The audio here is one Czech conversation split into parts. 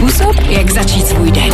způsob, jak začít svůj den.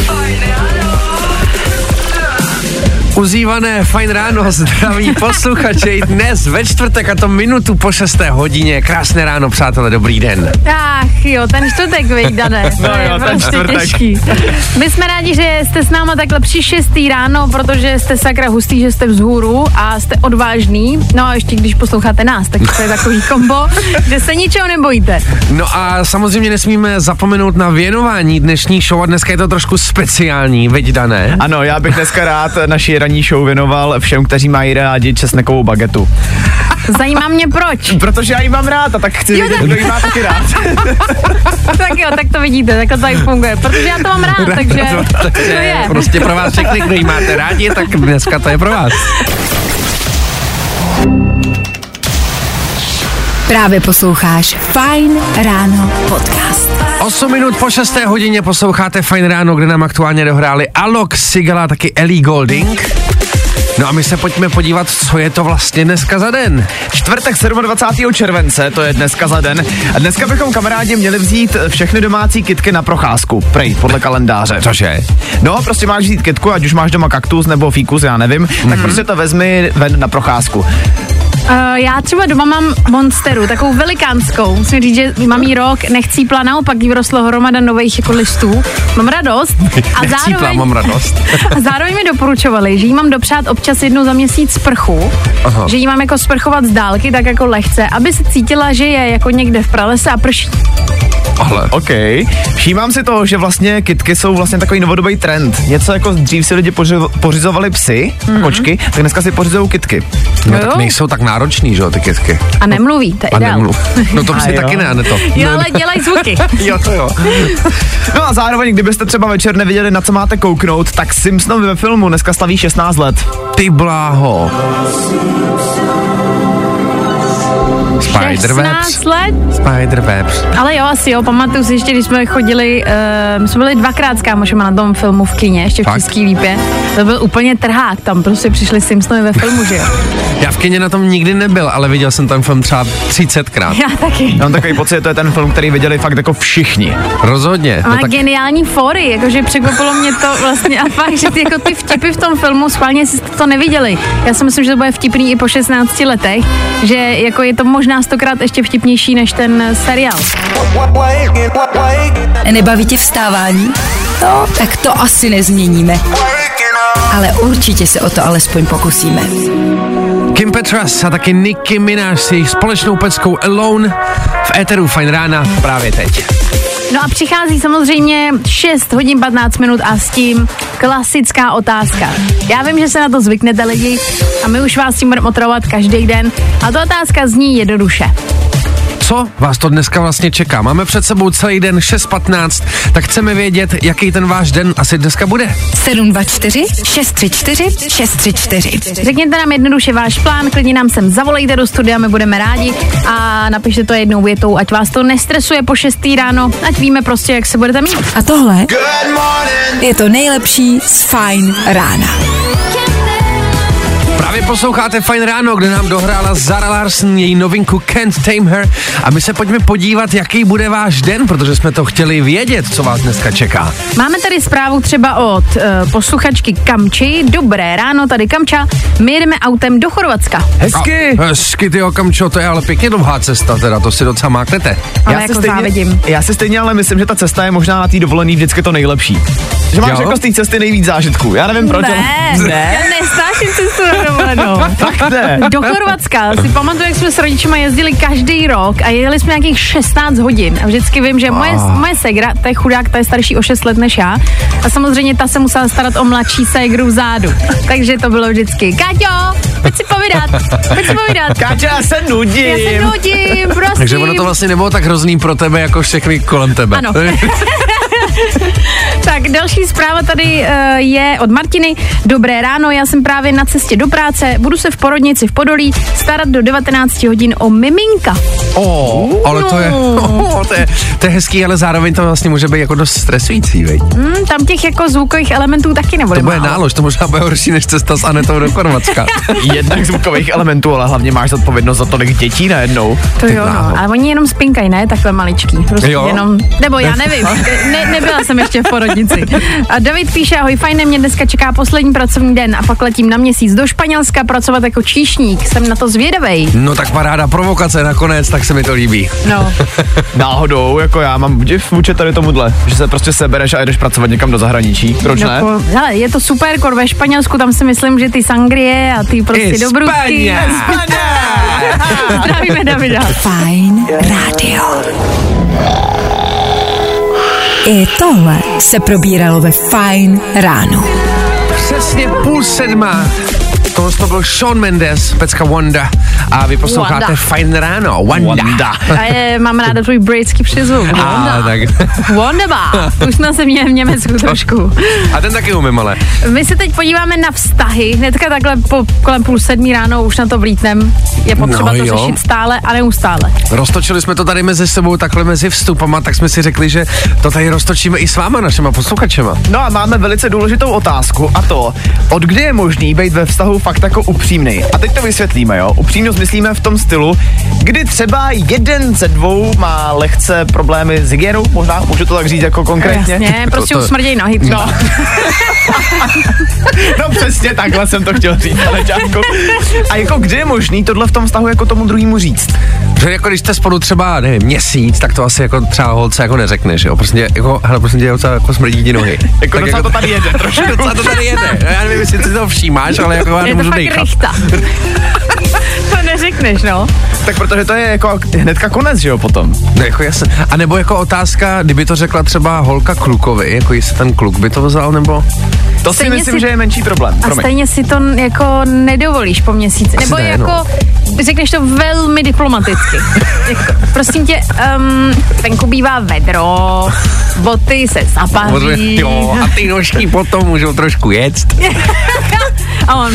Uzývané Fajn ráno, zdraví posluchači, dnes ve čtvrtek a to minutu po 6. hodině. Krásné ráno, přátelé, dobrý den. Ach jo, ten čtvrtek, Dané, to je prostě těžký. My jsme rádi, že jste s náma takhle při 6. ráno, protože jste sakra hustý, že jste vzhůru a jste odvážný. No a ještě když posloucháte nás, tak to je takový kombo, že se ničeho nebojíte. No a samozřejmě nesmíme zapomenout na věnování dnešní show a dneska je to trošku speciální, veď Dané? Ano, já bych dneska rád naší ranní show věnoval všem, kteří mají rádi česnekovou bagetu. Zajímá mě proč. Protože já ji mám rád a tak chci vidět, kdo ji má taky rád. Tak jo, tak to vidíte, tak to tady funguje, protože já to mám rád, takže to je. Prostě pro vás všechny, kdo ji máte rádi, tak dneska to je pro vás. Právě posloucháš Fajn ráno podcast. 8 minut po 6. hodině posloucháte Fajn ráno, kde nám aktuálně dohráli Alok, Sigala, taky Ellie Goulding. No a my se pojďme podívat, co je to vlastně dneska za den. Čtvrtek 27. července, to je dneska za den. A dneska bychom, kamarádi, měli vzít všechny domácí kytky na procházku. Prej, podle kalendáře. Cože? No, prostě máš vzít kytku, ať už máš doma kaktus nebo fíkus, já nevím, tak prostě to vezmi ven na procházku. Já třeba doma mám monsteru, takovou velikánskou. Musím říct, že mám jí rok, nechcípla, naopak jí vyrostlo hromada nových jako listů. Mám radost. Mám radost. A zároveň mi doporučovali, že jí mám dopřát občas jednou za měsíc sprchu, že jí mám jako sprchovat z dálky, tak jako lehce, aby se cítila, že je jako někde v pralese a prší. Ale. OK. Všímám si toho, že vlastně kytky jsou vlastně takový novodobý trend. Něco jako dřív si lidi pořizovali psy, kočky, tak dneska si pořizují kytky. No tak nejsou tak náročný, že jo, ty kytky. A nemluví, to je ideál. No to si taky ne to. Jo, ale dělaj zvuky. Jo, to jo. No a zároveň, kdybyste třeba večer nevěděli, na co máte kouknout, tak Simpsonovi ve filmu dneska slaví 16 let. Ty bláho. Spider-Webs. Spider-Webs. Ale jo, asi jo, pamatuju si ještě, když jsme chodili, my jsme byli dvakrát s kámošema na tom filmu v kině, ještě v Český Lípě. To byl úplně trhák, tam prostě přišli Simpsonovi ve filmu, že jo. Já v kině na tom nikdy nebyl, ale viděl jsem ten film třeba 30krát. Já taky. Mám takový pocit, že to je ten film, který viděli fakt jako všichni. Rozhodně. Má geniální fóry, jakože překvapilo mě to vlastně a fakt, že ty, jako ty vtipy v tom filmu, schválně jste to neviděli. Já si myslím, že to bude vtipný i po 16 letech, že jako je to možná 100krát ještě vtipnější než ten seriál. Nebaví tě vstávání? No, tak to asi nezměníme. Ale určitě se o to alespoň pokusíme. Kim Petras a taky Nicki Minaj s jejich společnou peckou Alone v éteru Fajn rána právě teď. No a přichází samozřejmě 6 hodin 15 minut a s tím klasická otázka. Já vím, že se na to zvyknete lidi a my už vás tím budeme otravovat každý den. A ta otázka zní jednoduše. Co vás to dneska vlastně čeká? Máme před sebou celý den 6:15, tak chceme vědět, jaký ten váš den asi dneska bude. 724 634 634. Řekněte nám jednoduše váš plán, klidně nám sem zavolejte do studia, my budeme rádi a napište to jednou větou, ať vás to nestresuje po 6. ráno, ať víme prostě, jak se budete mít. A tohle je to nejlepší z Fajn rána. Právě posloucháte Fajn ráno, kde nám dohrála Zara Larsson její novinku Can't Tame Her a my se pojďme podívat, jaký bude váš den, protože jsme to chtěli vědět, co vás dneska čeká. Máme tady zprávu třeba od posluchačky Kamči. Dobré ráno, tady Kamča. My jedeme autem do Chorvatska. Hezky. Hezky, tyjo, Kamčo, to je ale pěkně dlouhá cesta, teda to si docela máknete. Ale jako závidím. Já si stejně ale myslím, že ta cesta je možná na té dovolený vždycky to nejlepší. Že máš jako z té cesty nejvíc zážitků. Já nevím proč. Ne. Já nesnáším cestu na dovolenou. Fakt ne. Do Chorvatska si pamatuju, jak jsme s rodičima jezdili každý rok a jeli jsme nějakých 16 hodin. A vždycky vím, že moje segra, ta je chudák, ta je starší o 6 let než já. A samozřejmě ta se musela starat o mladší ségru vzadu. Takže to bylo vždycky. Káťo, pojď si povídat. Káťo, já se nudím, prosím. Takže ono to vlastně nebylo tak hrozný pro tebe, jako všechny kolem tebe. Ano. Tak další zpráva tady je od Martiny. Dobré ráno, já jsem právě na cestě do práce, budu se v porodnici v Podolí starat do 19 hodin o miminka. Ale to je hezký, ale zároveň to vlastně může být jako dost stresující, veď? Tam těch jako zvukových elementů taky nebude To bude nálož, to možná bude horší než cesta s Anetou do Chorvatska. Jednak zvukových elementů, ale hlavně máš zodpovědnost za tolik dětí najednou. To jo, no. Ale oni jenom spinkají, ne? Takhle maličký. Prostě jenom, nebo já nevím, nebyla jsem ještě v porodnici. A David píše, ahoj, fajn, mě dneska čeká poslední pracovní den a pak letím na měsíc do Španělska pracovat jako číšník. Jsem na to zvědavej. No tak paráda, provokace nakonec, tak se mi to líbí. No. Náhodou, jako já mám div vůči tady tomuhle, že se prostě sebereš a jdeš pracovat někam do zahraničí. Proč ne? Hele, je to super, kor ve Španělsku, tam si myslím, že ty sangrie a ty prostě dobrutky. Zdravíme Davida. Fajn rádio. I tohle se probíralo ve Fajn ráno. Přesně 6:30. Tohle to byl Shawn Mendes, pecka Wanda. A vy posloucháte Fajn ráno. Wanda. Mám ráda tvůj britský přízvuk. Wanda. Wanda. Už jsme se měli v Německu trošku. A ten taky umím, ale. My se teď podíváme na vztahy. Hnedka takhle kolem 6:30 ráno už na to vlítnem. Je potřeba to řešit stále a neustále. Roztočili jsme to tady mezi sebou takhle mezi vstupama, tak jsme si řekli, že to tady roztočíme i s váma, našima posluchačema. No a máme velice důležitou otázku a to, od kdy je možný být ve vztahu fakt jako upřímnej. A teď to vysvětlíme, jo. Upřímnost myslíme v tom stylu, kdy třeba jeden ze dvou má lehce problémy s hygienou, možná, můžu to tak říct jako konkrétně. Jasně, prostě usmrděj nohy. No. No přesně takhle jsem to chtěl říct, ale Čáku. A jako kdy je možný tohle v tom vztahu jako tomu druhému říct? Že jako když jste spolu třeba, nevím, měsíc, tak to asi jako třeba holce jako neřekneš, jo. Prostě jako, hele, prostě tě jako smrdí ti nohy. Jako docela jako, to tady jede trošku. Docela to tady jede. Já nevím, jestli si to všímáš, ale jako já nemůžu dejchat. To neřekneš, no. Tak protože to je jako hnedka konec, že jo, potom. No jako jasně. A nebo jako otázka, kdyby to řekla třeba holka klukovi, jako jestli ten kluk by to vzal, nebo... To si myslím, že je menší problém. A stejně si to jako nedovolíš po měsíci. Nebo ne, jako, řekneš to velmi diplomaticky. Jako, prosím tě, venku bývá vedro, boty se zapaří. Jo, a ty nožky potom můžou trošku jet. A on,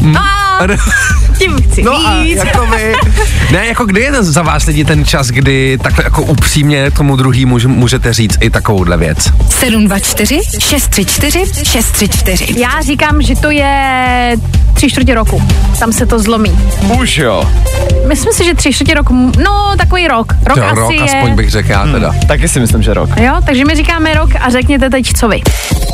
tím chci víc. Jako vy. Ne, jako kdy je za vás lidi ten čas, kdy takhle jako upřímně tomu druhýmu můžete říct i takovouhle věc? 724 634 634. Já říkám, že to je 3/4 roku. Tam se to zlomí. Už jo. Myslím si, že 3/4 roku, no takový rok. Rok to asi rok, je. aspoň bych řekl já teda. Taky si myslím, že rok. Jo, takže my říkáme rok a řekněte teď, co vy.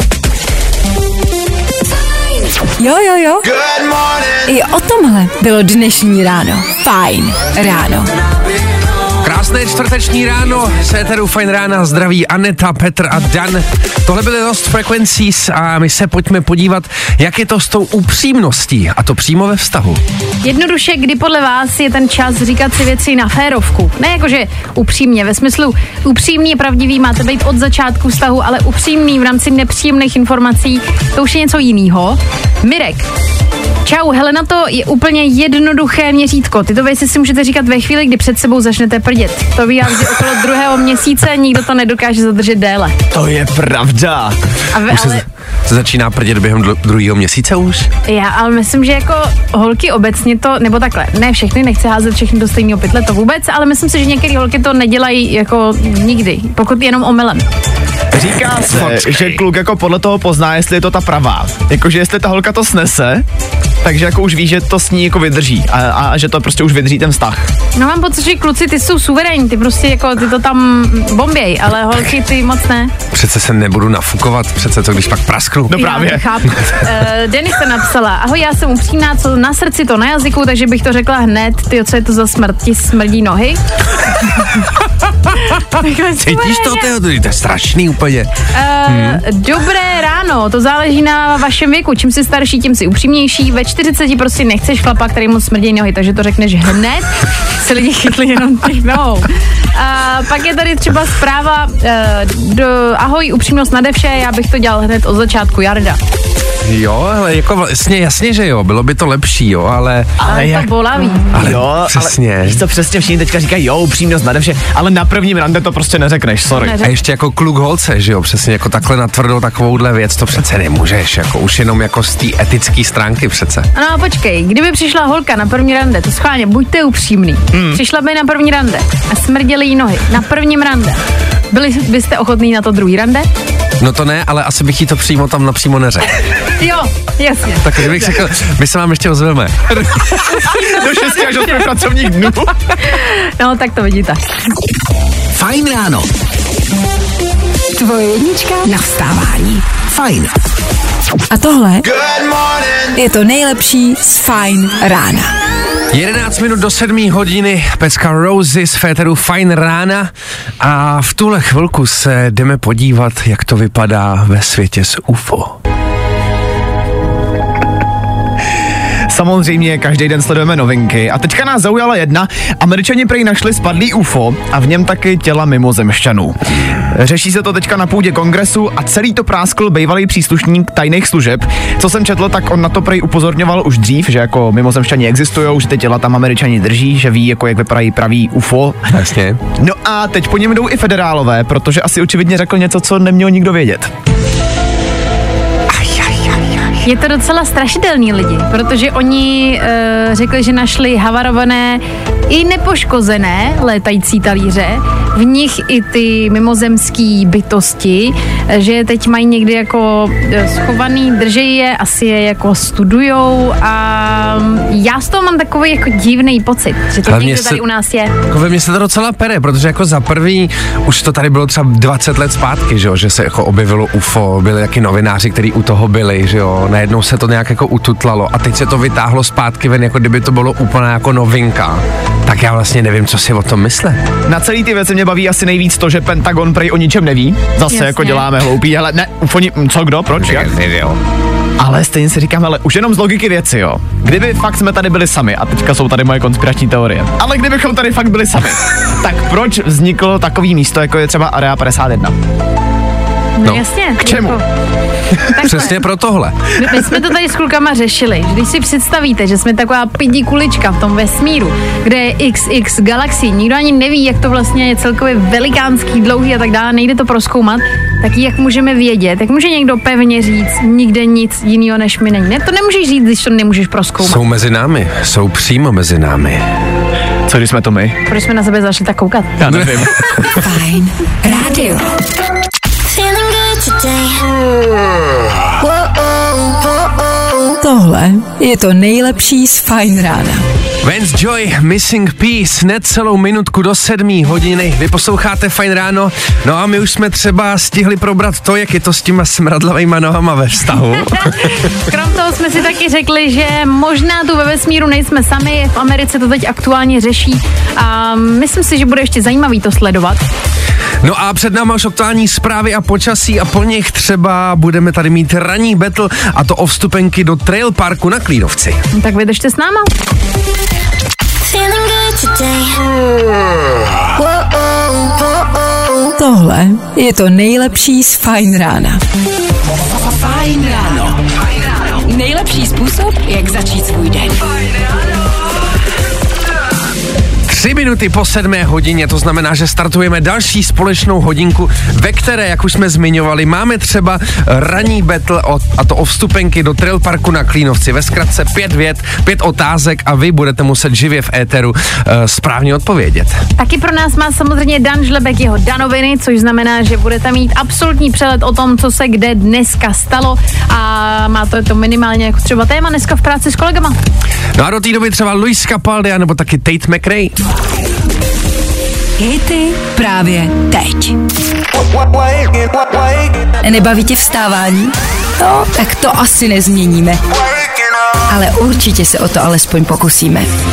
Jo. I o tomhle bylo dnešní ráno. Fajn ráno. Krásné čtvrteční ráno, z éteru Fajn rána zdraví Aneta, Petr a Dan. Tohle byly Lost Frequencies a my se pojďme podívat, jak je to s tou upřímností a to přímo ve vztahu. Jednoduše, kdy podle vás je ten čas říkat si věci na férovku. Ne jakože upřímně, ve smyslu upřímný, pravdivý, máte být od začátku vztahu, ale upřímný v rámci nepříjemných informací, to už je něco jiného. Mirek. Čau, Helena, to je úplně jednoduché měřítko. Tyto věci si můžete říkat ve chvíli, kdy před sebou začnete prdět. To ví, že okolo 2. měsíce nikdo to nedokáže zadržet déle. To je pravda. Ale se začíná prdět během 2. měsíce už? Já, ale myslím, že jako holky obecně to, nebo takhle, ne všechny, nechci házet všechny do stejného pytle, to vůbec, ale myslím si, že některé holky to nedělají jako nikdy, pokud jenom omylem. Říká se, že kluk jako podle toho pozná, jestli je to ta pravá. Jakože jestli ta holka to snese, takže jako už ví, že to s ní jako vydrží a že to prostě už vydrží ten vztah. No mám pocit, že kluci, ty jsou suverénní, ty prostě jako, ty to tam bomběj, ale holky ty moc ne. Přece se nebudu nafukovat, přece to když pak prasknu. No právě. Já chápu. Denise napsala, ahoj, já jsem upřímná, co na srdci, to na jazyku, takže bych to řekla hned, ty, co je to za smrt, ti smrdí nohy. Cítíš to, to je strašný úplně. Dobré ráno, to záleží na vašem věku, čím jsi starší, tím jsi upřímnější, ve 40 prostě nechceš chlapa, který mu smrdí nohy, takže to řekneš hned, se lidi chytli jenom těch nohou. A pak je tady třeba zpráva, ahoj, upřímnost nade vše, já bych to dělal hned od začátku, Jarda. Jo, ale jako vlastně jasně, že jo, bylo by to lepší, jo, ale jak to bolaví. Ale jo, přesně. Ale víš co, přesně všichni teďka říkají, jo, upřímnost nade vše, ale na prvním rande to prostě neřekneš, sorry. A ještě jako kluk holce, že jo, přesně jako takhle natvrdo takovouhle věc, to přece nemůžeš, jako už jenom jako z té etické stránky přece. No a počkej, kdyby přišla holka na první rande, to schválně, buďte upřímný. Přišla by na první rande a smrděly jí nohy na prvním rande. Byli byste ochotný na to druhý rande? No to ne, ale asi bych jí to přímo tam napřímo neřekl. Jo, jasně. Tak kdybych řekl, my se vám ještě ozveme. Do 6 až 8 pracovních dnů. No, tak to vidíte. Fajn ráno. Tvoje jednička na vstávání. Fajn. A tohle je to nejlepší z Fajn rána. 11 minut do 7 hodiny, pecka Rosie z féteru Fajn rána a v tuhle chvilku se jdeme podívat, jak to vypadá ve světě s UFO. Samozřejmě každý den sledujeme novinky a teďka nás zaujala jedna. Američani prej našli spadlý UFO a v něm taky těla mimozemšťanů. Řeší se to teďka na půdě kongresu a celý to práskl bývalý příslušník tajných služeb. Co jsem četl, tak on na to prej upozorňoval už dřív, že jako mimozemšťani existují, že ty těla tam Američani drží, že ví, jako jak vypadají pravý UFO. Jasně. No a teď po něm jdou i federálové, protože asi očividně řekl něco, co neměl nikdo vědět. Je to docela strašidelný lidi, protože oni řekli, že našli havarované i nepoškozené létající talíře, v nich i ty mimozemský bytosti, že je teď mají někdy jako schovaný, držejí je, asi je jako studujou a já z toho mám takový jako divný pocit, že to někde tady u nás je. Jako ve mně se to docela pere, protože jako za prvý, už to tady bylo třeba 20 let zpátky, že se jako objevilo UFO, byli taky novináři, kteří u toho byli, že jo, najednou se to nějak jako ututlalo a teď se to vytáhlo zpátky ven, jako kdyby to bylo úplně jako novinka. Tak já vlastně nevím, co si o tom myslet. Na celý ty věci mě baví asi nejvíc to, že Pentagon prej o ničem neví. Zase Jasně. jako děláme hloupý, ale ne, ufoni, co, kdo, proč, jak? Ale stejně si říkám, ale už jenom z logiky věci, jo. Kdyby fakt jsme tady byli sami, a teďka jsou tady moje konspirační teorie, ale kdybychom tady fakt byli sami, tak proč vzniklo takový místo, jako je třeba Area 51? No jasně. K čemu? Přesně pro tohle. My jsme to tady s klukama řešili, že když si představíte, že jsme taková pidi kulička v tom vesmíru, kde je XX galaxií, nikdo ani neví, jak to vlastně je celkově velikánský, dlouhý a tak dále, nejde to prozkoumat, tak jak můžeme vědět, jak může někdo pevně říct, nikde nic jiného než my není. Ne, to nemůžeš říct, když to nemůžeš prozkoumat. Jsou mezi námi, jsou přímo mezi námi. Co když jsme to my? Proč jsme na sebe zašli tak koukat? Já nevím. Fajn rádio. Tohle je to nejlepší z Fajn rána. Vance Joy, Missing Piece, necelou minutku do 7 hodiny. Vy posloucháte Fajn ráno, no a my už jsme třeba stihli probrat to, jak je to s těma smradlavejma nohama ve vztahu. Krom toho jsme si taky řekli, že možná tu ve vesmíru nejsme sami, v Americe to teď aktuálně řeší a myslím si, že bude ještě zajímavý to sledovat. No a před náma už aktuální zprávy a počasí a po nich třeba budeme tady mít ranní battle a to o vstupenky do Trail Parku na Klínovci. Tak vydržte s náma. Tohle je to nejlepší z Fajn rána. Fajn ráno. Nejlepší způsob, jak začít svůj den. 3 minuty po 7 hodině, to znamená, že startujeme další společnou hodinku, ve které, jak už jsme zmiňovali, máme třeba ranní battle a to o vstupenky do Trail Parku na Klínovci. Ve zkratce 5 vět, 5 otázek a vy budete muset živě v éteru správně odpovědět. Taky pro nás má samozřejmě Dan Žlebek jeho danoviny, což znamená, že budete mít absolutní přehled o tom, co se kde dneska stalo a má to minimálně jako třeba téma dneska v práci s kolegama. No a do té doby třeba Luis Capaldi nebo taky Tate McRae. Hity právě teď. Nebaví tě vstávání? No, tak to asi nezměníme. Ale určitě se o to alespoň pokusíme.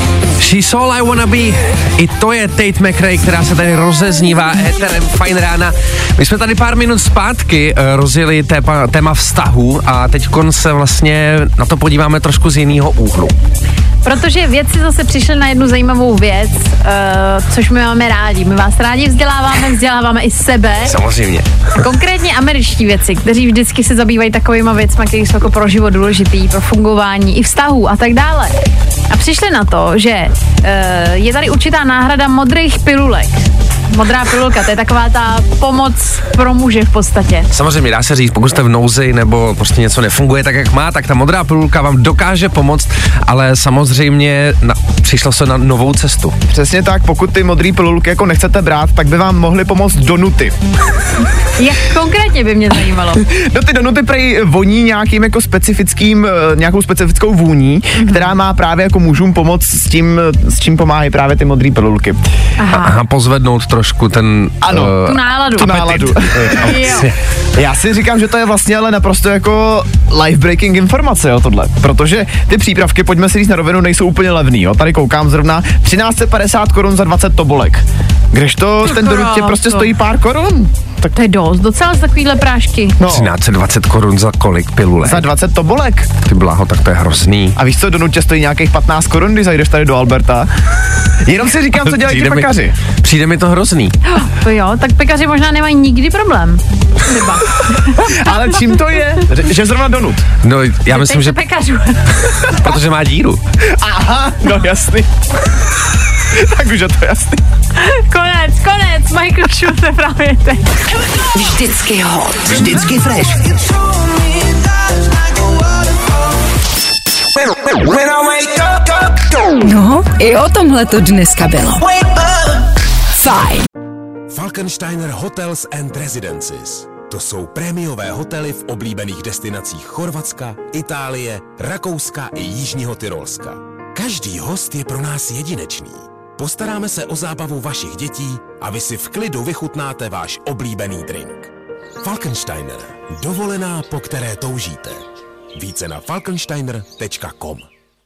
She's all I wanna be. I to je Tate McRae, která se tady rozeznívá éterem Fajn rána. My jsme tady pár minut zpátky rozjeli téma vztahu a teď se vlastně na to podíváme trošku z jiného úhlu. Protože vědci zase přišli na jednu zajímavou věc, což my máme rádi. My vás rádi vzděláváme i sebe. Samozřejmě. Konkrétně američtí vědci, kteří vždycky se zabývají takovýma věcmi, které jsou jako pro život důležitý, pro fungování i vztahů a tak dále. A přišli na to, že je tady určitá náhrada modrých pilulek. Modrá pilulka, to je taková ta pomoc pro muže v podstatě. Samozřejmě dá se říct, pokud jste v nouzi nebo prostě něco nefunguje tak, jak má, tak ta modrá pilulka vám dokáže pomoct, ale samozřejmě přišlo se na novou cestu. Přesně tak, pokud ty modré pilulky jako nechcete brát, tak by vám mohly pomoct donuty. Jak konkrétně by mě zajímalo? No ty donuty prej voní nějakým jako nějakou specifickou vůní, která má právě jako mužům pomoct s čím pomáhají právě ty modré pilulky. Aha, pozvednout trošku ten... Ano, tu náladu. Já si říkám, že to je vlastně ale naprosto jako life-breaking informace, jo, tohle. Protože ty přípravky, pojďme si říct na rovinu, nejsou úplně levný, jo. Tady koukám zrovna 1350 korun za 20 tobolek. Kdežto ten donut tě prostě stojí pár korun. Tak to je dost, docela z takovýhle prášky. No. 1320 korun za kolik pilulek? Za 20 tobolek. Ty bláho, tak to je hrozný. A víš co, donut tě stojí nějakých 15 korun, když zajdeš tady do Alberta. Jenom si říkám, co dělají ti pekaři. Přijde mi to hrozný. To jo, tak pekaři možná nemají nikdy problém. Třeba. Ale čím to je? Že zrovna donut. No, já myslím, že... pekařů. Protože má díru. Aha, no jasný. Tak už je to jasný. Konec, Michael Schulte právě teď. Vždycky hot. Vždycky fresh. No, i o tomhle to dneska bylo. Fajn. Falkensteiner Hotels and Residences. To jsou prémiové hotely v oblíbených destinacích Chorvatska, Itálie, Rakouska i Jižního Tyrolska. Každý host je pro nás jedinečný. Postaráme se o zábavu vašich dětí a vy si v klidu vychutnáte váš oblíbený drink. Falkensteiner. Dovolená, po které toužíte. Více na falkensteiner.com.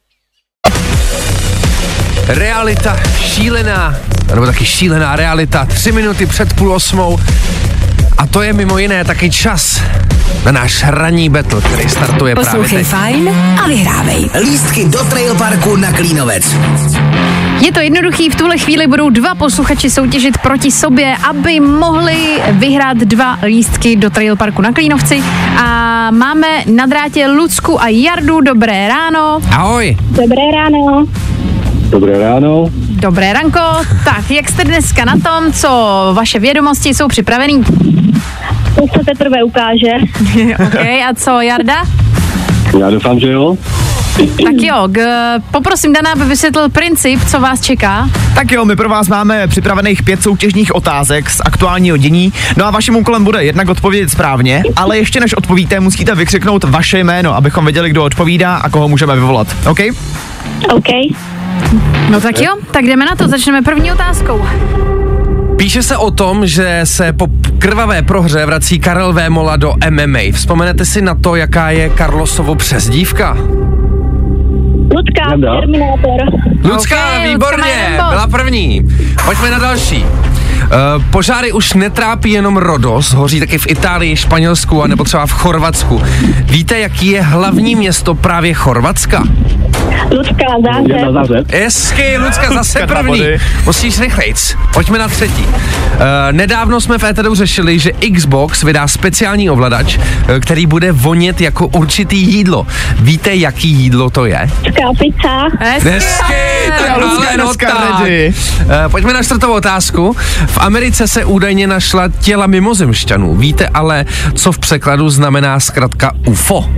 Realita šílená, nebo taky šílená realita, 3 minuty před 7:30. A to je mimo jiné taky čas na náš ranní battle, který startuje právě teď. Poslouchej Fajn a vyhrávej. Lístky do Trail Parku na Klínovec. Je to jednoduchý, v tuhle chvíli budou 2 posluchači soutěžit proti sobě, aby mohli vyhrát 2 lístky do Trail Parku na Klínovci. A máme na drátě Lucku a Jardu, dobré ráno. Ahoj. Dobré ráno. Dobré ráno. Dobré ranko. Tak, jak jste dneska na tom, co vaše vědomosti jsou připravený? To se teprve ukáže. OK, a co Jarda? Já doufám, že jo. Tak jo, poprosím Dana, aby vysvětlil princip, co vás čeká. Tak jo, my pro vás máme připravených 5 soutěžních otázek z aktuálního dění. No a vaším úkolem bude jednak odpovědět správně, ale ještě než odpovíte, musíte vykřiknout vaše jméno, abychom věděli, kdo odpovídá a koho můžeme vyvolat. OK? OK. No tak jo, tak jdeme na to, začneme první otázkou. Píše se o tom, že se po krvavé prohře vrací Karel Vémola do MMA. Vzpomenete si na to, jaká je Carlosovo přezdívka? Lucka, Terminátor. Lucka, Okay, výborně, Lucka byla první. Pojďme na další. Požáry už netrápí jenom Rodos, hoří taky v Itálii, Španělsku a nebo třeba v Chorvatsku. Víte, jaký je hlavní město právě Chorvatska? Lucka, Záhřeb. Hezky, Lucka zase Lucka první. Musíš rychlejc. Pojďme na třetí. Nedávno jsme v éteru řešili, že Xbox vydá speciální ovladač, který bude vonět jako určitý jídlo. Víte, jaký jídlo to je? Lucka, pizza. Hezky, tak Lucka ale je no dneska tak. ready. Pojďme na čtvrtou otázku. V Americe se údajně našla těla mimozemšťanů. Víte ale, co v překladu znamená zkratka UFO?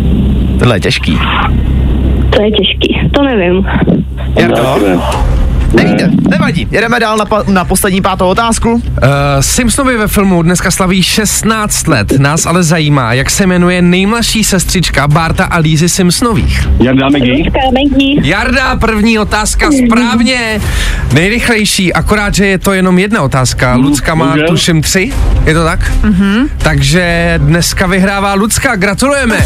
Tohle je těžký. To je těžký, to nevím. Jardo? Nevíte, nevadí. Jedeme dál na poslední 5. otázku. Simpsonovi ve filmu dneska slaví 16 let. Nás ale zajímá, jak se jmenuje nejmladší sestřička Barta a Lízy Simpsonových. Jarda Maggie. Jarda, první otázka správně. Nejrychlejší, akorát, že je to jenom jedna otázka. Lucka má tuším 3, je to tak? Takže dneska vyhrává Lucka, gratulujeme.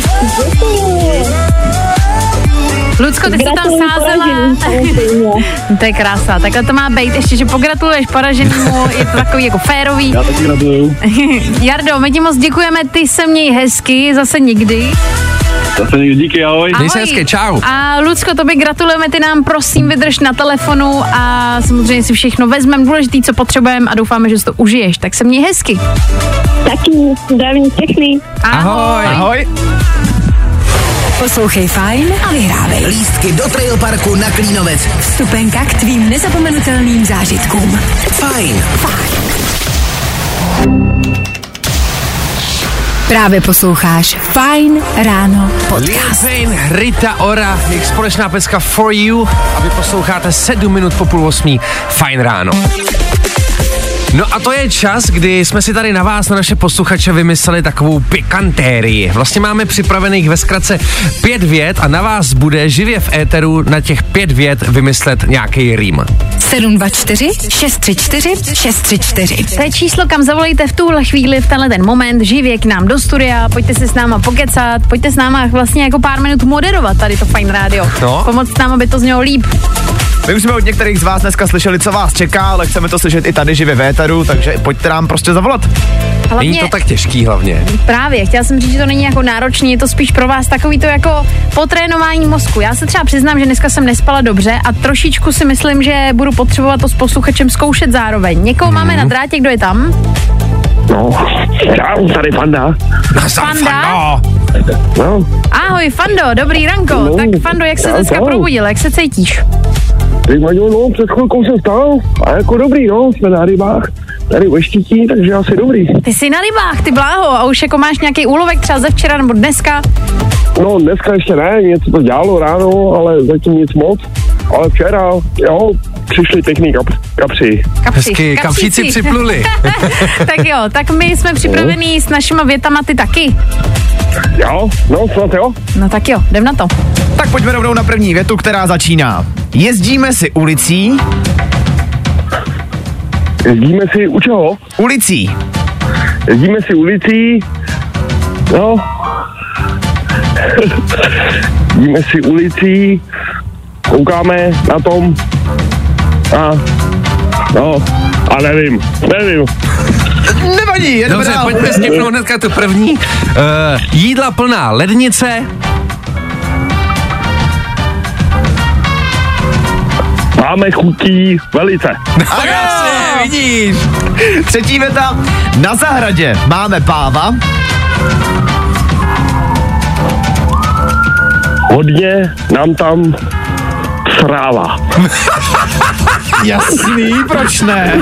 Lucko, ty jsi tam sázela. To je krása, takhle to má být, ještě, že pogratuluješ poraženému, je to takový jako férový. Já taky gratuluju. Jardo, my ti moc děkujeme, ty se měj hezky, zase nikdy. Zase někdy, díky, ahoj. Měj se hezky, čau. A Lucko, tobě gratulujeme, ty nám prosím vydrž na telefonu a samozřejmě si všechno vezmeme důležitý, co potřebujeme a doufáme, že si to užiješ, tak se měj hezky. Taky, zdravím všechny. Ahoj. Ahoj. Poslouchej Fajn a vyhrávej. Lístky do Trail Parku na Klínovec. Vstupenka k tvým nezapomenutelným zážitkům. Fajn. Právě posloucháš Fajn ráno Liam podcast. Payne, Rita Ora, jejich společná pecka For You a vy posloucháte 7 minut po 7:30 Fajn ráno. No a to je čas, kdy jsme si tady na vás, na naše posluchače, vymysleli takovou pikantérii. Vlastně máme připravených ve zkratce 5 vět a na vás bude živě v éteru na těch 5 vět vymyslet nějaký rým. 724 634 634. To je číslo, kam zavolejte v tuhle chvíli, v tenhle ten moment, živě k nám do studia, pojďte si s náma pokecat, pojďte s náma vlastně jako pár minut moderovat tady to Fajn rádio. No. Pomoct nám, aby to znělo líp. My už jsme od některých z vás dneska slyšeli, co vás čeká, ale chceme to slyšet i tady živě v éteru, takže pojďte nám prostě zavolat. Není to tak těžký hlavně. Právě, chtěla jsem říct, že to není jako náročný, je to spíš pro vás takový to jako potrénování mozku. Já se třeba přiznám, že dneska jsem nespala dobře a trošičku si myslím, že budu potřebovat to s posluchačem zkoušet zároveň. Někoho máme na drátě, kdo je tam? No, čau, tady Fanda. Fanda? No, Ahoj, Fando, dobrý ranko. No, Tak Fando, jak se dneska čau. probudil, jak se cítíš? ty Maňo, no, před chvilkou jsem stál a jako dobrý, no, jsme na rybách, tady ve Štítí, takže asi dobrý. Ty jsi na rybách, ty bláho, a už jako máš nějaký úlovek třeba ze včera nebo dneska? No, dneska ještě ne, něco to dělalo ráno, ale zatím nic moc, ale včera, jo, přišli pěkný kapři. Hezky, kapříci připluli. Tak jo, tak my jsme připravení s našima větama, ty taky. Jo, no, snad jo. No tak jo, jdem na to. Tak pojďme rovnou na první větu, která začíná. Jezdíme si ulicí. Jezdíme si u čeho? Ulicí. Jezdíme si ulicí, no. Jezdíme si ulicí, koukáme na tom a nevím. Nevadí, jedeme Dobře, dál. pojďme skipnout hnedka tu první. Jídla plná lednice. Máme chutí velice. Tak jasně, vidíš. Třetí věta. Na zahradě máme páva. Hodně nám tam sráva. Jasný, proč ne?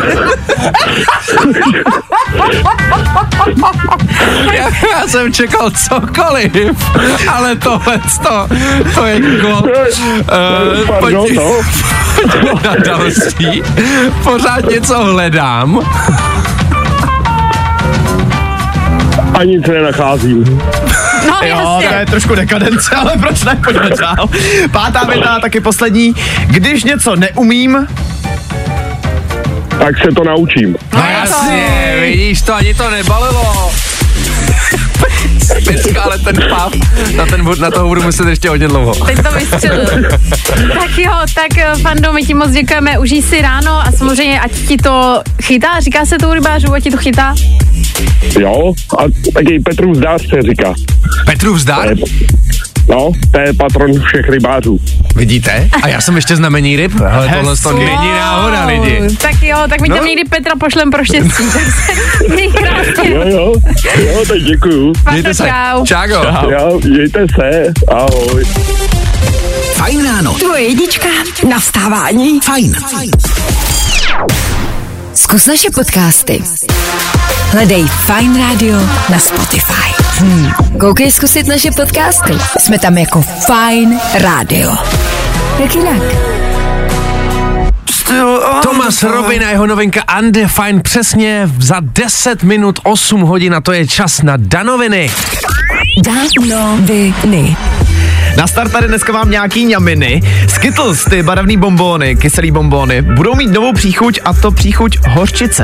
Já jsem čekal cokoliv, ale tohle to je gol. Pardon, no. Na další. Pořád něco hledám. A nic nenacházím. No Jo, jasně. to je trošku dekadence, ale proč ne, pojďme dál. Pátá věta, taky poslední. Když něco neumím, Tak se to naučím. No jasně, vidíš to, ani to nebalilo. Pecka, ale ten páp, na toho budu muset ještě hodně dlouho. Teď to vystřelil. Tak jo, tak Fando, my ti moc děkujeme, užij si ráno a samozřejmě ať ti to chytá, říká se to u rybářů, ať ti to chytá. Jo, a taky Petrův zdár se říká. Petrův zdar? No, to je patron všech rybářů. Vidíte? A já jsem ještě znamení ryb. Ale tohle to není náhoda, lidi. Tak jo, tak my těm někdy Petra pošlem pro štěstí. Tak se měj krásně. Jo, tak děkuju. Fando, čau. Čágo. Jo, mějte se, ahoj. Fajn ráno. Tvoje jednička na vstávání. Fajn. Zkus naše podcasty. Hledej Fajn Radio na Spotify. Koukej zkusit naše podcasty. Jsme tam jako Fajn Radio. Jak jinak? Thomas Robin a jeho novinka Undefined přesně za 10 minut 8 hodin a to je čas na danoviny. Danoviny. Na start tady dneska mám nějaký ňaminy. Skittles, ty barevný bonbóny, kyselý bonbóny, budou mít novou příchuť a to příchuť hořčice.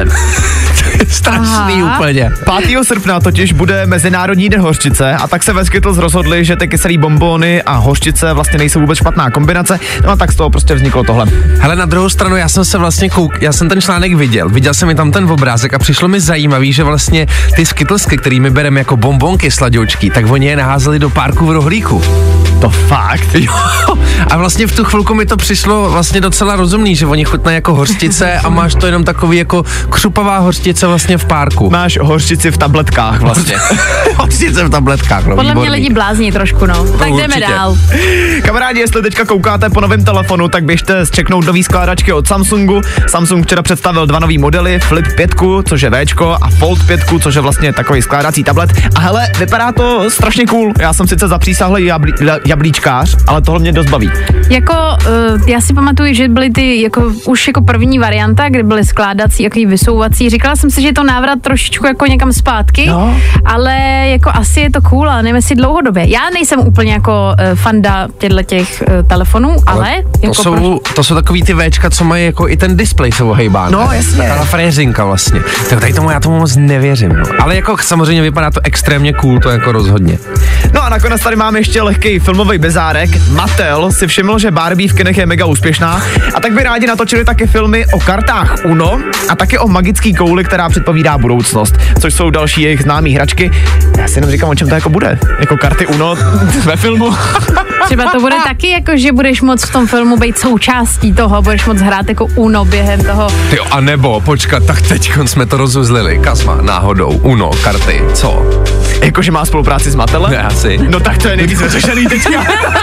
Strašný úplně. 5. srpna totiž bude Mezinárodní den hořčice a tak se ve Skittles rozhodli, že ty kyselý bonbóny a hořčice vlastně nejsou vůbec špatná kombinace, no a tak z toho prostě vzniklo tohle. Hele, na druhou stranu, já jsem se vlastně já jsem ten článek viděl jsem mi tam ten obrázek a přišlo mi zajímavý, že vlastně ty Skittlesky, který my bereme jako bonbonky sladoučky, tak oni je naházeli do párku v rohlíku. To fakt? Jo. A vlastně v tu chvilku mi to přišlo vlastně docela rozumný, že oni chutnají jako hořčice a máš to jenom takový jako křupavá hořčice vlastně v párku. Máš hořčici v tabletkách vlastně. Hořčice v tabletkách, no. Podle Výborný. mě lidi blázní trošku, no. Tak Určitě. jdeme dál. Kamarádi, jestli teďka koukáte po novém telefonu, tak běžte zčeknout nový skládačky od Samsungu. Samsung včera představil 2 nový modely, Flip 5, což je Včko, a Fold 5, což je vlastně takový skládací tablet. A hele, vypadá to strašně cool. Já jsem sice zapřísahlý jablíčkář, ale tohle mě dost baví. Jako, já si pamatuju, že byly ty už jako první varianta, kde byly skládací, jaký vysouvací. Říkala jsem si, že je to návrat trošičku jako někam zpátky, no. Ale jako asi je to cool, ale nevím, jestli dlouhodobě. Já nejsem úplně jako fanda těch telefonů, ale jako to jsou takový ty Včka, co mají jako i ten displej jsou ohejbán. No, jasně. Taková frézinka vlastně. Tak tady já tomu moc nevěřím, no. Ale jako samozřejmě vypadá to extrémně cool, to jako rozhodně. No a nakonec tady máme ještě lehký filmový bezárek. Mattel si všiml, že Barbie v kinech je mega úspěšná a tak by rádi natočili taky filmy o kartách Uno a taky o magický kouli, která předpovídá budoucnost, což jsou další jejich známý hračky. Já si jenom říkám, o čem to jako bude. Jako karty Uno ve filmu. Třeba to bude taky jako, že budeš moc v tom filmu být součástí toho, budeš moc hrát jako Uno během toho. Jo, a nebo, počkat, tak teď jsme to rozuzlili. Kazma, náhodou, Uno, karty, co? Jakože má spolupráci s Mattelem? Ne, asi. No tak to je nejvíc vyřešený teďka.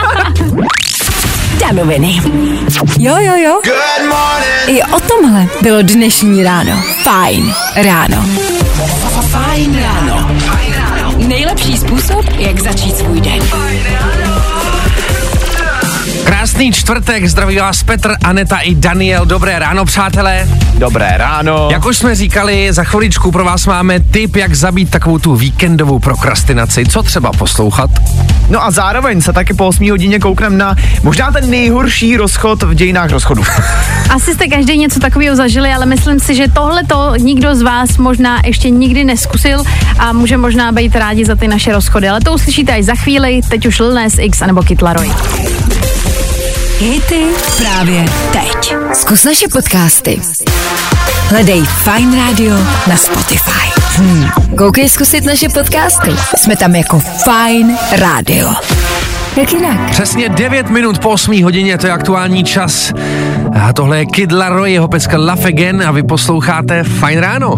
Danoviny. Jo. I o tomhle bylo dnešní ráno. Fajn ráno. Fajn ráno. Nejlepší způsob, jak začít svůj den. Krásný čtvrtek, zdraví vás Petr, Aneta i Daniel. Dobré ráno, přátelé. Dobré ráno. Jak už jsme říkali, za chviličku pro vás máme tip, jak zabít takovou tu víkendovou prokrastinaci. Co třeba poslouchat? No a zároveň se taky po 8 hodině koukneme na možná ten nejhorší rozchod v dějinách rozchodu. Asi jste každý něco takového zažili, ale myslím si, že tohleto nikdo z vás možná ještě nikdy neskusil a může možná být rádi za ty naše rozchody. Ale to uslyšíte až za chvíli, teď už Lil Nas X anebo Kid Laroi. Hity právě teď. Zkus naše podcasty. Hledej Fajn Radio na Spotify. Koukej zkusit naše podcasty. Jsme tam jako Fajn Radio. Jak jinak? Přesně 9 minut po 8 hodině, to je aktuální čas. A tohle je Kid Laroi, jeho pecka Laugh Again a vy posloucháte Fajn ráno.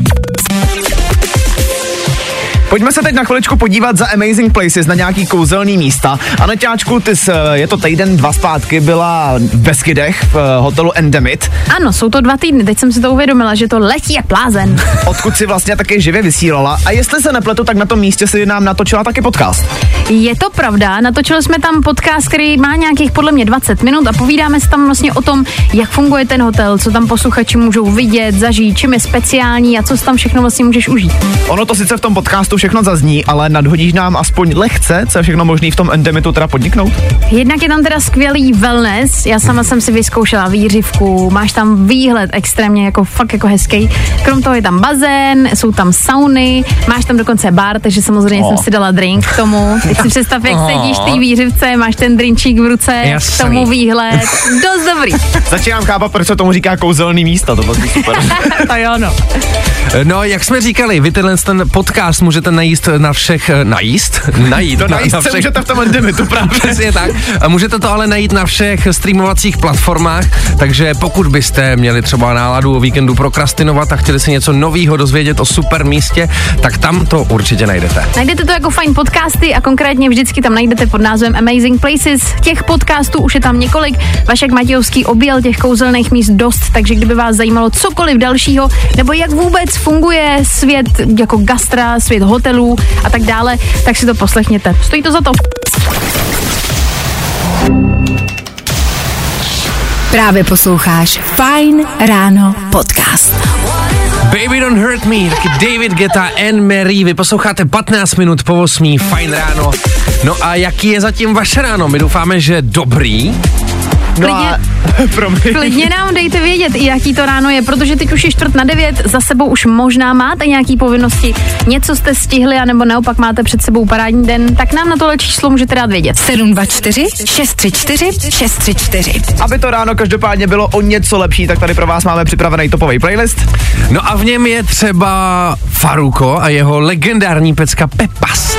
Pojďme se teď na chviličku podívat za Amazing Places na nějaký kouzelný místa. Aneťáčku, je to týden, 2 zpátky, byla v Beskydech v hotelu Endemit. Ano, jsou to 2 týdny, teď jsem si to uvědomila, že to letí jak blázen. Odkud si vlastně taky živě vysílala a jestli se nepletu, tak na tom místě si nám natočila taky podcast. Je to pravda, natočili jsme tam podcast, který má nějakých podle mě 20 minut a povídáme se tam vlastně o tom, jak funguje ten hotel, co tam posluchači můžou vidět, zažít, čím je speciální a co si tam všechno vlastně můžeš užít. Ono to sice v tom podcastu všechno zazní, ale nadhodíš nám aspoň lehce, co je všechno možný v tom Endemitu teda podniknout? Jednak je tam teda skvělý wellness, já sama jsem si vyzkoušela výřivku, máš tam výhled extrémně jako fakt jako hezký. Krom toho je tam bazén, jsou tam sauny, máš tam dokonce bar, takže samozřejmě jsem si dala drink k tomu. Teď si představ, jak sedíš v té výřivce, máš ten drinčík v ruce, k tomu výhled, dost dobrý. Začínám chápat, proč se tomu říká kouzelný místa, to bylo super. To jo, no. No, jak jsme říkali, vy ten podcast můžete najít na všech, najít na všech. Můžete v tom Endemitu právě. Přesně tak. A můžete to ale najít na všech streamovacích platformách, takže pokud byste měli třeba náladu o víkendu prokrastinovat a chtěli si něco nového dozvědět o super místě, tak tam to určitě najdete. Najdete to jako fajn podcasty a konkrétně vždycky tam najdete pod názvem Amazing Places. Těch podcastů už je tam několik. Vašek Matějovský objel těch kouzelných míst dost, takže kdyby vás zajímalo cokoliv dalšího, nebo jak vůbec funguje svět jako gastra, svět hotelů a tak dále, tak si to poslechněte. Stojí to za to. Právě posloucháš Fajn ráno podcast. Baby Don't Hurt Me, taky David Guetta, Anne Marie, vy posloucháte 15 minut po 8, Fajn ráno. No a jaký je zatím vaše ráno? My doufáme, že dobrý. No a Klidně nám dejte vědět, jaký to ráno je, protože teď už je 8:45, za sebou už možná máte nějaký povinnosti, něco jste stihli, anebo naopak máte před sebou parádní den, tak nám na tohle číslo můžete dát vědět. 724 634 634. aby to ráno každopádně bylo o něco lepší, tak tady pro vás máme připravený topový playlist. No a v něm je třeba Farruko a jeho legendární pecka Pepas.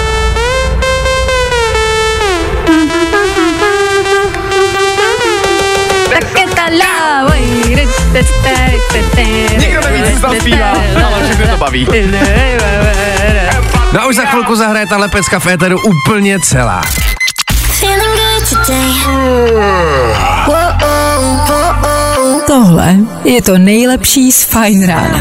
Nikdo neví, co tam zpívá, ale všechny to baví. No a už za chvilku zahraje tahle pecka v éteru úplně celá. Tohle je to nejlepší z Fajn rána.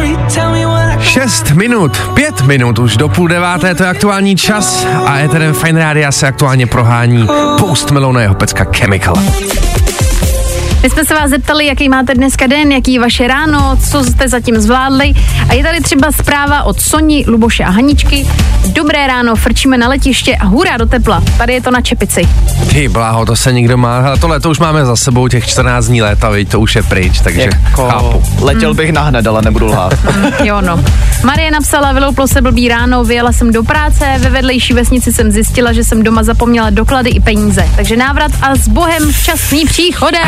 6 minut, 5 minut už do 8:30, to je aktuální čas a éterem Fajn rádia se aktuálně prohání Post Malone a jeho pecka Chemical. My jsme se vás zeptali, jaký máte dneska den, jaký je vaše ráno, co jste zatím zvládli. A je tady třeba zpráva od Soni, Luboše a Haničky. Dobré ráno, frčíme na letiště a hurá do tepla. Tady je to na Čepici. Ty bláho, to se nikdo má. Hele, tohle to už máme za sebou, těch 14 dní léta, viď, to už je pryč, takže chápu. Letěl bych nahned, ale nebudu lhát. Jo no. Marie napsala, vylouplo se blbý ráno, vyjela jsem do práce, ve vedlejší vesnici jsem zjistila, že jsem doma zapomněla doklady i peníze. Takže návrat a s Bohem včasný příchodem.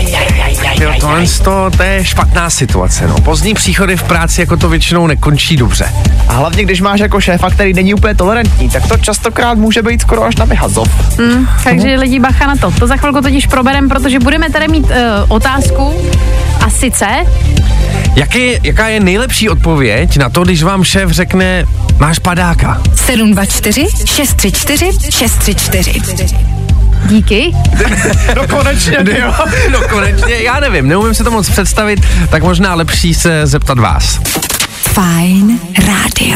To je špatná situace, no. Pozdní příchody v práci jako to většinou nekončí dobře. A hlavně, když máš jako šéfa, který není úplně tolerantní, tak to častokrát může být skoro až na vyhazov. Takže lidi bacha na to. To za chvilku totiž proberem, protože budeme tady mít otázku a sice... Jaká je nejlepší odpověď na to, když vám šéf řekne, máš padáka? 724 634 634. Díky. No konečně, jo. No konečně, já nevím, neumím si to moc představit, tak možná lepší se zeptat vás. Fajn rádio.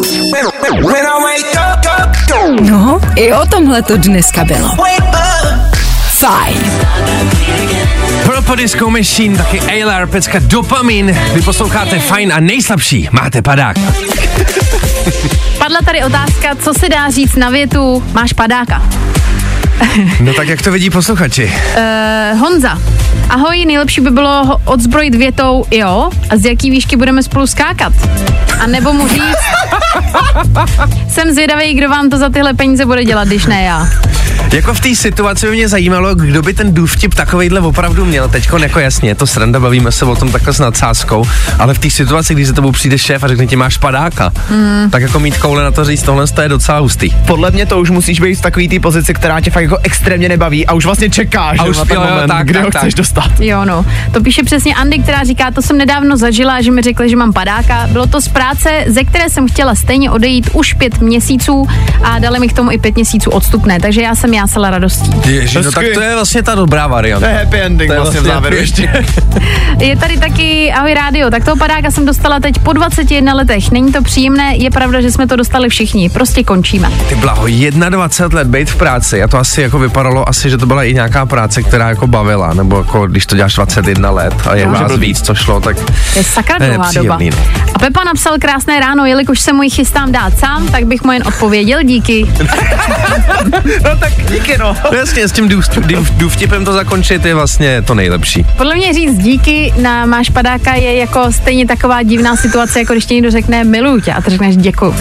No, i o tomhle to dneska bylo. Fajn. Purple Disco Machine, taky Aylar, pecka Dopamin. Vy posloucháte Fajn a nejslabší máte padáka. Padla tady otázka, co se dá říct na větu, máš padáka. No tak jak to vidí posluchači? Honza. Ahoj, nejlepší by bylo ho odzbrojit větou, jo, a z jaký výšky budeme spolu skákat. A nebo mu říct, jsem zvědavý, kdo vám to za tyhle peníze bude dělat, když ne já. Jako v té situaci by mě zajímalo, kdo by ten důvtip takovejhle opravdu měl. Teďkon jako jasně, je to sranda, bavíme se o tom takhle s nadsázkou, ale v té situaci, když za tebou přijde šéf a řekne ti máš padáka, tak jako mít koule na to říct, tohle je docela hustý. Podle mě to už musíš být v takový té pozici, která tě fakt jako extrémně nebaví a už vlastně čekáš a už na ten moment, tak, kdy tak, ho chceš dostat. Jo no, to píše přesně Andy, která říká, to jsem nedávno zažila, že mi řekli, že mám padáka. Bylo to z práce, ze které jsem chtěla stejně odejít už 5 měsíců a dali mi k tomu i 5 měsíců odstupné, takže já jsem jásala radostí. Ježiš, no tak to je vlastně ta dobrá varianta. To je happy ending vlastně v závěru ještě. Je tady taky, ahoj rádio, tak toho padáka jsem dostala teď po 21 letech. Není to příjemné, je pravda, že jsme to dostali všichni, prostě končíme. Ty blaho, 21 let být v práci, a to asi jako vypadalo asi, že to byla i nějaká práce, která jako bavila, nebo jako když to děláš 21 let a je vás víc, co šlo, tak je sakra dlouhá doba. A Pepa napsal krásné ráno, jelikož se mu ji chystám dát sám, tak bych mu jen odpověděl díky. No tak díky no. Jasně, s tím důvtipem to zakončit je vlastně to nejlepší. Podle mě říct díky na máš padáka je jako stejně taková divná situace, jako když ti někdo řekne miluju tě a ty řekneš děkuju.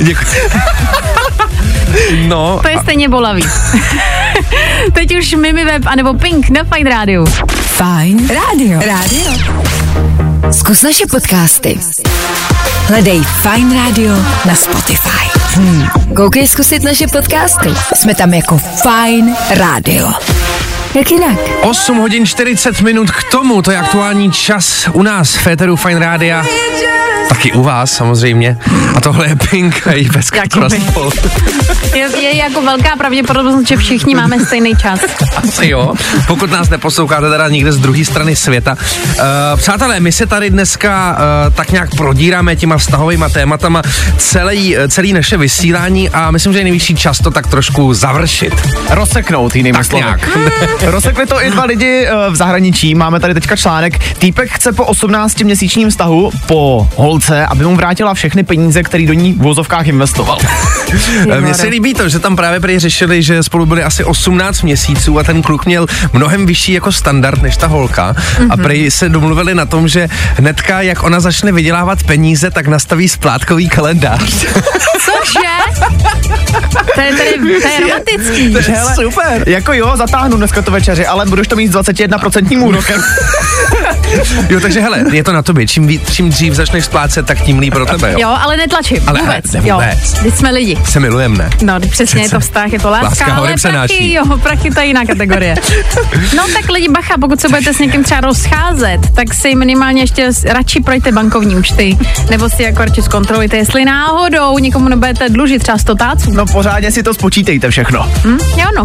No. To je stejně bolavý. Teď už Mimi Web anebo Pink na Fajn rádiu. Fajn rádio. Zkus naše podcasty. Hledej Fajn rádio na Spotify. Koukej zkusit naše podcasty. Jsme tam jako Fajn rádio. Jak jinak? 8 hodin 40 minut k tomu, to je aktuální čas u nás v éteru Fajn rádia. Taky u vás samozřejmě. A tohle je Pink a její pecka Trustful. Je jako velká pravděpodobnost, že všichni máme stejný čas. Asi jo, pokud nás neposloucháte teda někde z druhé strany světa. Přátelé, my se tady dneska tak nějak prodíráme těma vztahovýma tématama celý naše vysílání a myslím, že je nejvyšší čas to tak trošku završit. Rozseknout jinými slovy. Rozsekli to i 2 lidi v zahraničí. Máme tady teďka článek. Týpek chce po 18-měsíčním vztahu po holce, aby mu vrátila všechny peníze, které do ní v vozovkách investoval. Mně se líbí to, že tam právě prý řešili, že spolu byli asi 18 měsíců a ten kluk měl mnohem vyšší jako standard než ta holka. A prý se domluvili na tom, že hnedka, jak ona začne vydělávat peníze, tak nastaví splátkový kalendář. Cože? To je romantický. To je super. Jako jo, zatáhnu dneska to večeři, ale budeš to mít s 21% úrokem. Jo, takže hele, je to na tobě. Čím dřív začneš splácet, tak tím líp pro tebe, jo. Jo, ale netlačím. Ale vůbec. ne, vůbec. Jo, teď jsme lidi. Se milujeme, ne? No, přesně, je to vztah, je to láska, ale horem se prachy, náší. jo, prachy to je jiná kategorie. No tak lidi, bacha, pokud se budete s někým třeba rozcházet, tak si minimálně ještě radši projďte bankovní účty, nebo si jako radši zkontrolujte, jestli náhodou nikomu nebudete dlužit třeba 100 táců. No pořádně si to spočítejte všechno. Jo no.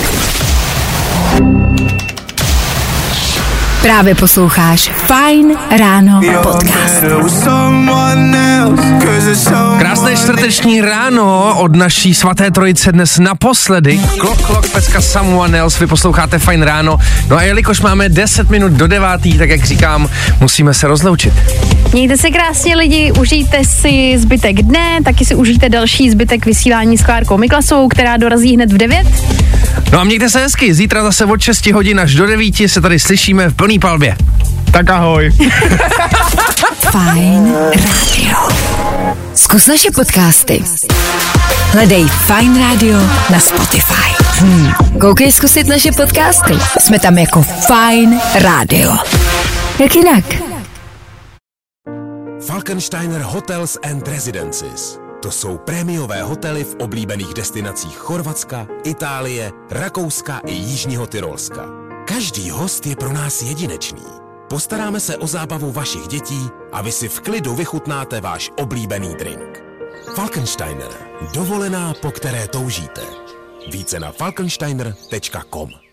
Právě posloucháš Fajn ráno podcast. Krásné čtvrteční ráno od naší svaté trojice dnes naposledy. Klok, pecka Someone Else, vy posloucháte Fajn ráno. No a jelikož máme 10 minut do 9, tak jak říkám, musíme se rozloučit. Mějte se krásně lidi, užijte si zbytek dne, taky si užijte další zbytek vysílání s Klárkou Miklasovou, která dorazí hned v 9. No a mějte se hezky, zítra zase od 6 hodin až do 9 se tady slyšíme v plný palbě. Tak ahoj. Fajn rádio. Zkus naše podcasty. Hledej Fajn rádio na Spotify. Koukej zkusit naše podcasty. Jsme tam jako Fajn rádio. Jak jinak? Falkensteiner Hotels and Residences. To jsou prémiové hotely v oblíbených destinacích Chorvatska, Itálie, Rakouska i Jižního Tyrolska. Každý host je pro nás jedinečný. Postaráme se o zábavu vašich dětí a vy si v klidu vychutnáte váš oblíbený drink. Falkensteiner. Dovolená, po které toužíte. Více na falkensteiner.com.